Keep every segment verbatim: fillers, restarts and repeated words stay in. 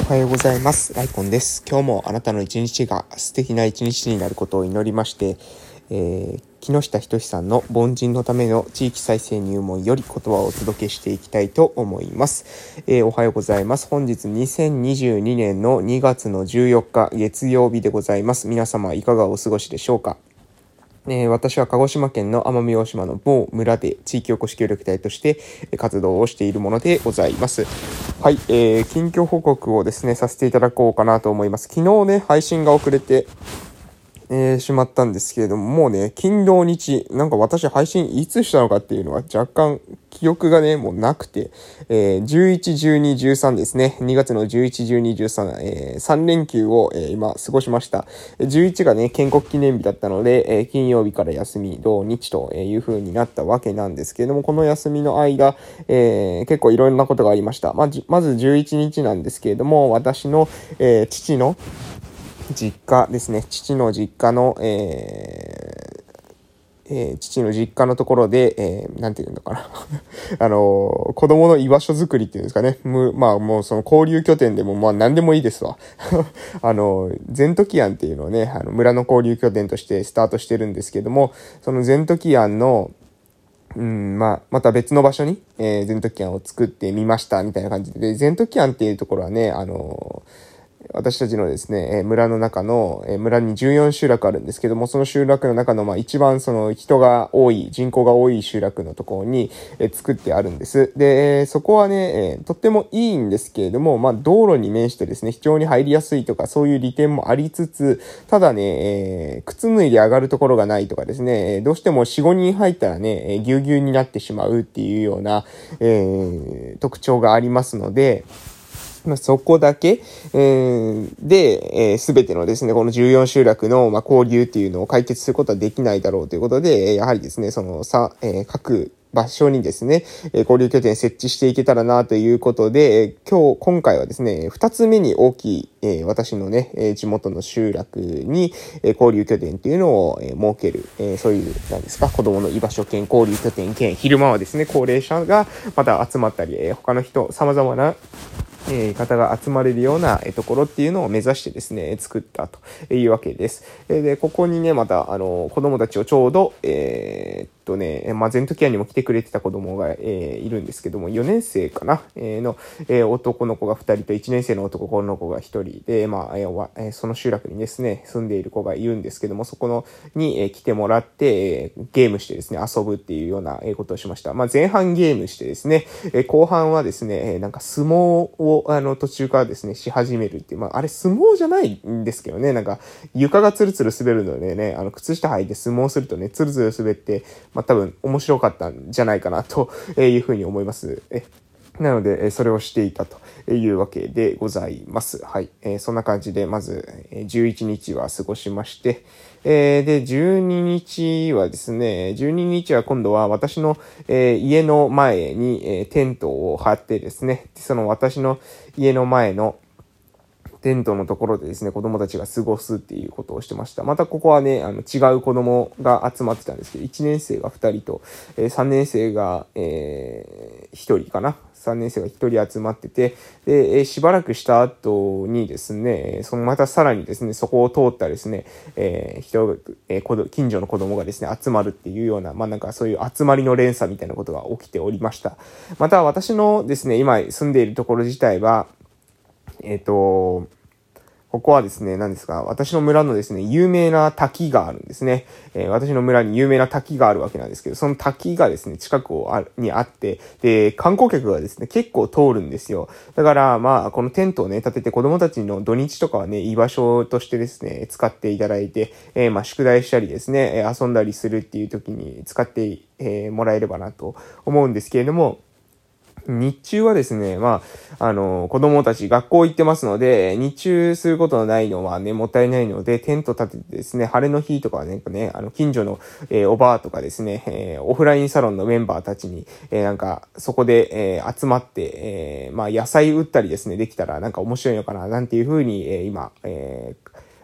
はようございます。ライコンです。今日もあなたの一日が素敵な一日になることを祈りまして、えー、木下仁さんの凡人のための地域再生入門より言葉をお届けしていきたいと思います。えー、おはようございます。本日にせんにじゅうにねんのにがつのじゅうよっか月曜日でございます。皆様いかがお過ごしでしょうか。えー、私は鹿児島県の奄美大島の某村で地域おこし協力隊として活動をしているものでございます。はい、えー、近況報告をですね、させていただこうかなと思います。昨日ね、配信が遅れて、えー、しまったんですけれども、もうね、金土日、なんか私配信いつしたのかっていうのは若干記憶がね、もうなくて、えー、じゅういち、じゅうに、じゅうさんですね。にがつのじゅういち、じゅうに、じゅうさん、えー、さん連休を、えー、今過ごしました。じゅういちがね、建国記念日だったので、えー、金曜日から休み、土日という風になったわけなんですけれども、この休みの間、えー、結構いろんなことがありました。まあ、まずじゅういちにちなんですけれども、私の、えー、父の実家ですね。父の実家の、えーえー、父の実家のところで、えー、なんていうのかな。あのー、子供の居場所づくりっていうんですかね。む、まあもうその交流拠点でもまあ何でもいいですわ。あのー、ゼントキアンっていうのをね、あの村の交流拠点としてスタートしてるんですけども、そのゼントキアンのうん、まあ、また別の場所に、えー、ゼントキアンを作ってみました、みたいな感じで、でゼントキアンっていうところはね、あのー、私たちのですね、村の中の、村にじゅうよん集落あるんですけども、その集落の中の、まあ一番その人が多い、人口が多い集落のところに作ってあるんです。で、そこはね、とってもいいんですけれども、まあ道路に面してですね、非常に入りやすいとか、そういう利点もありつつ、ただね、えー、靴脱いで上がるところがないとかですね、どうしてもよん、ごにん入ったらね、ぎゅうぎゅうになってしまうっていうような、えー、特徴がありますので、まあ、そこだけ、えー、で、す、えー、べてのですね、このじゅうよん集落の、まあ、交流っていうのを解決することはできないだろうということで、やはりですね、そのさ、えー、各場所にですね、交流拠点設置していけたらなということで、今日、今回はですね、二つ目に大きい、えー、私のね、地元の集落に、交流拠点っていうのを設ける、えー、そういう、なんですか、子供の居場所兼交流拠点兼、昼間はですね、高齢者がまた集まったり、えー、他の人、様々なえー、方が集まれるような、えー、ところっていうのを目指してですね、作ったというわけです。えー、で、ここにね、また、あの、子供たちをちょうど、えー、っとね、まあ、ゼントキアにも来てくれてた子供が、えー、いるんですけども、よねん生かな、えー、の、えー、男の子がふたりといちねん生の男の子がひとりで、まあ、えー、その集落にですね、住んでいる子がいるんですけども、そこの、に、えー、来てもらって、えー、ゲームしてですね、遊ぶっていうようなことをしました。まあ、前半ゲームしてですね、えー、後半はですね、なんか相撲を、あの、途中からですね、し始めるっていう、まあ、あれ相撲じゃないんですけどね、なんか、床がツルツル滑るのでね、あの、靴下履いて相撲するとね、ツルツル滑って、まあ、多分面白かったんじゃないかな、というふうに思います。えなので、それをしていたというわけでございます。はい。えー、そんな感じで、まず、じゅういちにちは過ごしまして、えー、で、じゅうににちはですね、じゅうににちは今度は私の、えー、家の前に、えー、テントを張ってですね、その私の家の前のテントのところでですね、子供たちが過ごすっていうことをしてました。またここはね、あの違う子供が集まってたんですけど、いちねん生がふたりと、えー、さんねん生が、えー、ひとりかな。さんねん生がひとり集まってて、で、えー、しばらくした後にですね、そのまたさらにですね、そこを通ったですね、えー、人、えー、近所の子供がですね、集まるっていうような、まあなんかそういう集まりの連鎖みたいなことが起きておりました。また私のですね、今住んでいるところ自体は、えっと、ここはですね、何ですか、私の村のですね、有名な滝があるんですね。えー、私の村に有名な滝があるわけなんですけど、その滝がですね、近くをあにあって、で、観光客がですね、結構通るんですよ。だから、まあ、このテントをね、立てて子供たちの土日とかはね、居場所としてですね、使っていただいて、えー、まあ、宿題したりですね、遊んだりするっていう時に使って、えー、もらえればなと思うんですけれども、日中はですね、まあ、あの、子供たち学校行ってますので、日中することのないのはね、もったいないので、テント立ててですね、晴れの日とかはね、ね、あの、近所の、えー、おばあとかですね、えー、オフラインサロンのメンバーたちに、えー、なんか、そこで、えー、集まって、えー、まあ、野菜売ったりですね、できたらなんか面白いのかな、なんていうふうに、えー、今、えー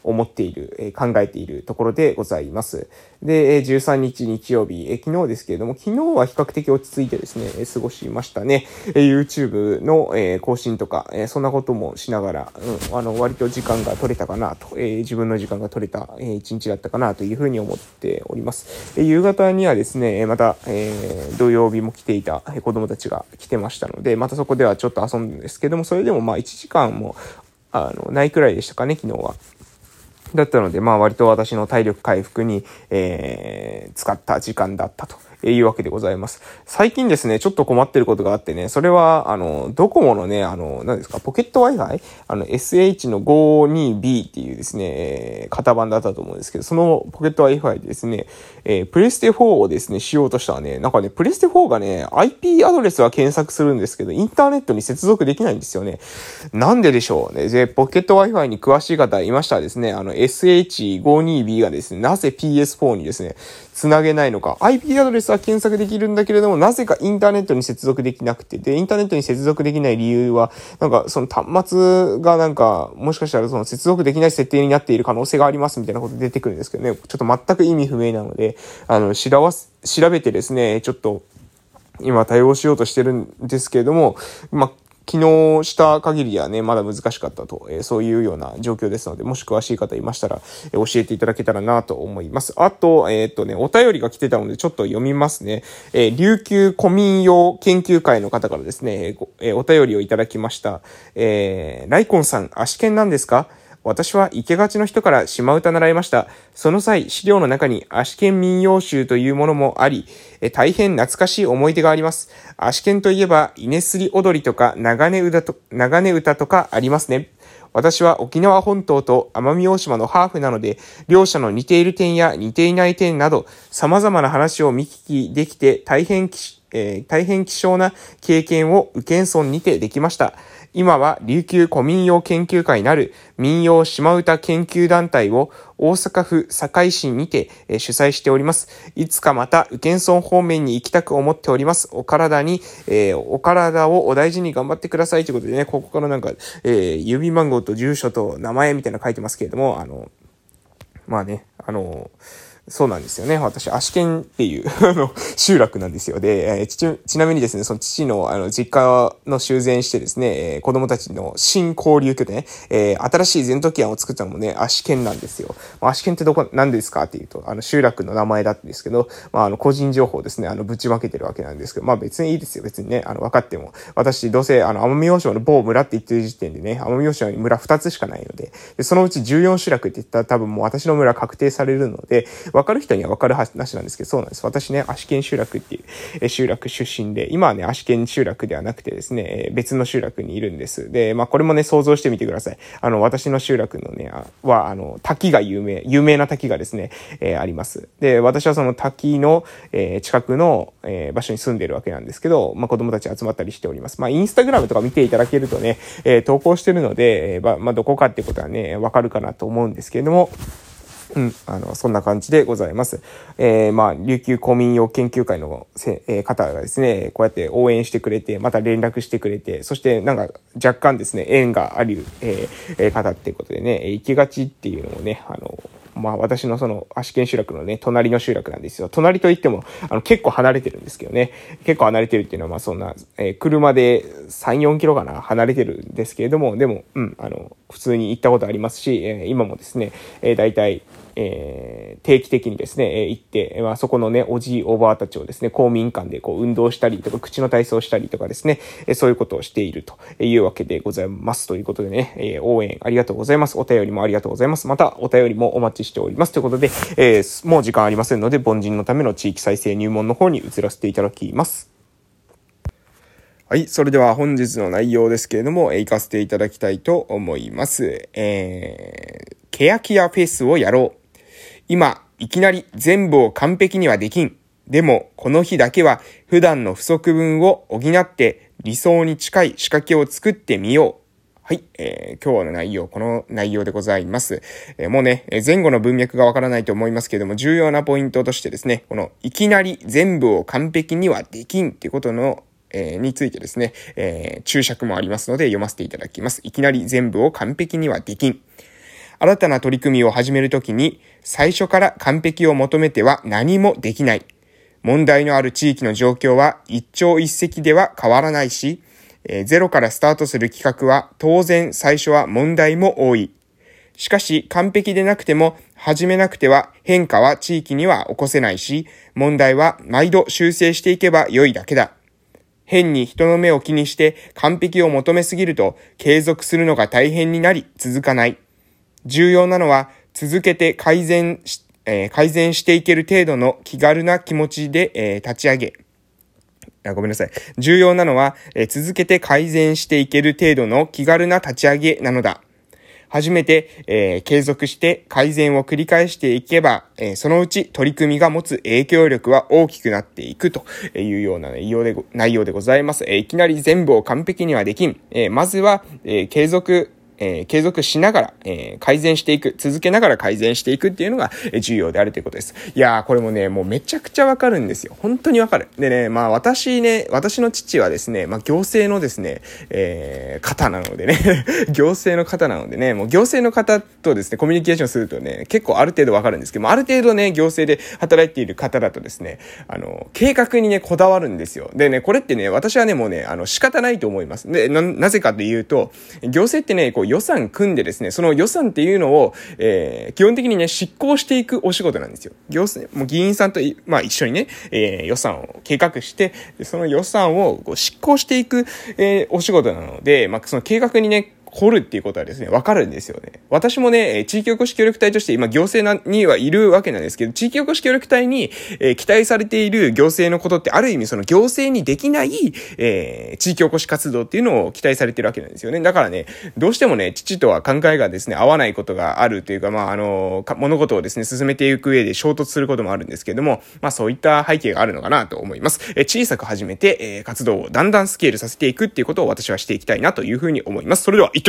思っている、えー、考えているところでございます。で、えー、じゅうさんにち日曜日、えー、昨日ですけれども、昨日は比較的落ち着いてですね、えー、過ごしましたね。えー、YouTube の、えー、更新とか、えー、そんなこともしながら、うん、あの、割と時間が取れたかなと、えー、自分の時間が取れた、えー、一日だったかなというふうに思っております。えー、夕方にはですね、また、えー、土曜日も来ていた子供たちが来てましたので、またそこではちょっと遊んだんですけども、それでもまあいちじかんも、あの、ないくらいでしたかね、昨日は。だったので、まあ割と私の体力回復に、えー、使った時間だったというわけでございます。最近ですね、ちょっと困ってることがあってね、それは、あの、ドコモのね、あの、何ですか、ポケット Wi-Fi？ あの、エスエイチ の ごじゅうにビー っていうですね、えー、型番だったと思うんですけど、そのポケット Wi-Fi でですね、えー、プレステフォーをですね、しようとしたらね、なんかね、プレステフォーがね、アイピー アドレスは検索するんですけど、インターネットに接続できないんですよね。なんででしょうね。で、ポケット Wi-Fi に詳しい方いましたらですね、あの、エスエイチごじゅうにビー がですね、なぜ ピーエスフォー にですね、つなげないのか。アイピー アドレスは検索できるんだけれども、なぜかインターネットに接続できなくて、で、インターネットに接続できない理由は、なんか、その端末がなんか、もしかしたらその接続できない設定になっている可能性がありますみたいなこと出てくるんですけどね、ちょっと全く意味不明なので、あの、調わす、調べてですね、ちょっと、今対応しようとしてるんですけれども、まあ、昨日した限りはね、まだ難しかったと、えー、そういうような状況ですので、もし詳しい方いましたら、えー、教えていただけたらなと思います。あと、えっとね、お便りが来てたのでちょっと読みますね。えー、琉球古民謡研究会の方からですね、えー、お便りをいただきました。えー、ライコンさん、足剣なんですか？私は生けがちの人から島唄習いました。その際、資料の中に足剣民謡集というものもあり、え大変懐かしい思い出があります。足剣といえば、稲すり踊りとか長根歌と、長根歌とかありますね。私は沖縄本島と奄美大島のハーフなので、両者の似ている点や似ていない点など、様々な話を見聞きできて大変き、えー、大変希少な経験を宇検村にてできました。今は琉球古民謡研究会なる民謡島唄研究団体を大阪府堺市にて主催しております。いつかまた宇検村方面に行きたく思っております。お体に、えー、お体をお大事に頑張ってくださいということでね、ここからなんか、えー、郵便番号と住所と名前みたいなの書いてますけれども、あの、まあね、あの、そうなんですよね。私、足剣っていうあの集落なんですよ。で、えー、ち、ちなみにですね、その父のあの実家の修繕してですね、えー、子供たちの新交流拠点、えー、新しい全都機案を作ったのもね、足剣なんですよ。足剣ってどこ、何ですかっていうと、あの集落の名前だったんですけど、まあ、あの個人情報ですね、あのぶちまけてるわけなんですけど、まあ別にいいですよ。別にね、あの分かっても。私、どうせあの奄美大島の某村って言ってる時点でね、奄美大島に村ふたつしかないので、でそのうちじゅうよん集落って言ったら多分もう私の村確定されるので、分かる人には分かる話なんですけど、そうなんです。私ね、足剣集落っていう集落出身で、今はね、足剣集落ではなくてですね、別の集落にいるんです。で、まあこれもね、想像してみてください。あの、私の集落のね、は、あの、滝が有名、有名な滝がですね、えー、あります。で、私はその滝の、えー、近くの、えー、場所に住んでるわけなんですけど、まあ子供たち集まったりしております。まあインスタグラムとか見ていただけるとね、えー、投稿してるので、えー、まあどこかってことはね、わかるかなと思うんですけれども、うん、あの、そんな感じでございます。えー、まあ、琉球古民謡研究会のせ、えー、方がですね、こうやって応援してくれて、また連絡してくれて、そしてなんか若干ですね、縁がある、えー、方っていうことでね、行きがちっていうのもね、あの、まあ私のその足剣集落のね、隣の集落なんですよ。隣といっても、あの結構離れてるんですけどね。結構離れてるっていうのはまあそんな、えー、車でさん、よんキロかな、離れてるんですけれども、でも、うん、あの、普通に行ったことありますし、えー、今もですね、えー、大体、えー、定期的にですね、えー、行って、まあ、そこのね、おじいおばあたちをですね、公民館でこう運動したりとか、口の体操したりとかですね、えー、そういうことをしているというわけでございますということでね、えー、応援ありがとうございます。お便りもありがとうございます。また、お便りもお待ちしております。ということで、えー、もう時間ありませんので、凡人のための地域再生入門の方に移らせていただきます。はい。それでは本日の内容ですけれども、えー、行かせていただきたいと思います。えー、ケヤキヤフェスをやろう。今、いきなり全部を完璧にはできん。でも、この日だけは普段の不足分を補って理想に近い仕掛けを作ってみよう。はい、えー、今日の内容、この内容でございます。えー、もうね、前後の文脈がわからないと思いますけれども、重要なポイントとしてですね、このいきなり全部を完璧にはできんっていうことのえー、についてですね、えー、注釈もありますので読ませていただきます。いきなり全部を完璧にはできん。 新たな取り組みを始めるときに、最初から完璧を求めては何もできない。問題のある地域の状況は一朝一夕では変わらないし、えー、ゼロからスタートする企画は当然最初は問題も多い。しかし完璧でなくても始めなくては変化は地域には起こせないし、問題は毎度修正していけば良いだけだ。変に人の目を気にして完璧を求めすぎると継続するのが大変になり続かない。重要なのは続けて改善し、えー、改善していける程度の気軽な気持ちで、えー、立ち上げ。あ、ごめんなさい。重要なのは、えー、続けて改善していける程度の気軽な立ち上げなのだ。初めて、えー、継続して改善を繰り返していけば、えー、そのうち取り組みが持つ影響力は大きくなっていくというような内容で、内容でございます。えー、いきなり全部を完璧にはできん。えー、まずは、えー、継続、えー、継続しながら、えー、改善していく、続けながら改善していくっていうのが重要であるということです。いやー、これもね、もうめちゃくちゃわかるんですよ。本当にわかる。でね、まあ私ね、私の父はですね、まあ行政のですね、えー、方なのでね、行政の方なのでね、もう行政の方とですね、コミュニケーションするとね、結構ある程度わかるんですけども、ある程度ね、行政で働いている方だとですね、あの、計画にね、こだわるんですよ。でね、これってね、私はね、もうね、あの、仕方ないと思います。で、な、なぜかというと、行政ってね、こう、予算組んでですね、その予算っていうのを、えー、基本的にね、執行していくお仕事なんですよ。行政、もう議員さんと、まあ一緒にね、えー、予算を計画して、その予算をこう執行していく、えー、お仕事なので、まあその計画にね、掘るっていうことはですね、わかるんですよね。私もね、地域おこし協力隊として今行政にはいるわけなんですけど、地域おこし協力隊に、えー、期待されている行政のことってある意味その行政にできない、えー、地域おこし活動っていうのを期待されてるわけなんですよね。だからね、どうしてもね、父とは考えがですね、合わないことがあるというか、まあ、あの、物事をですね、進めていく上で衝突することもあるんですけれども、まあそういった背景があるのかなと思います。えー、小さく始めて、えー、活動をだんだんスケールさせていくっていうことを私はしていきたいなというふうに思います。それでは、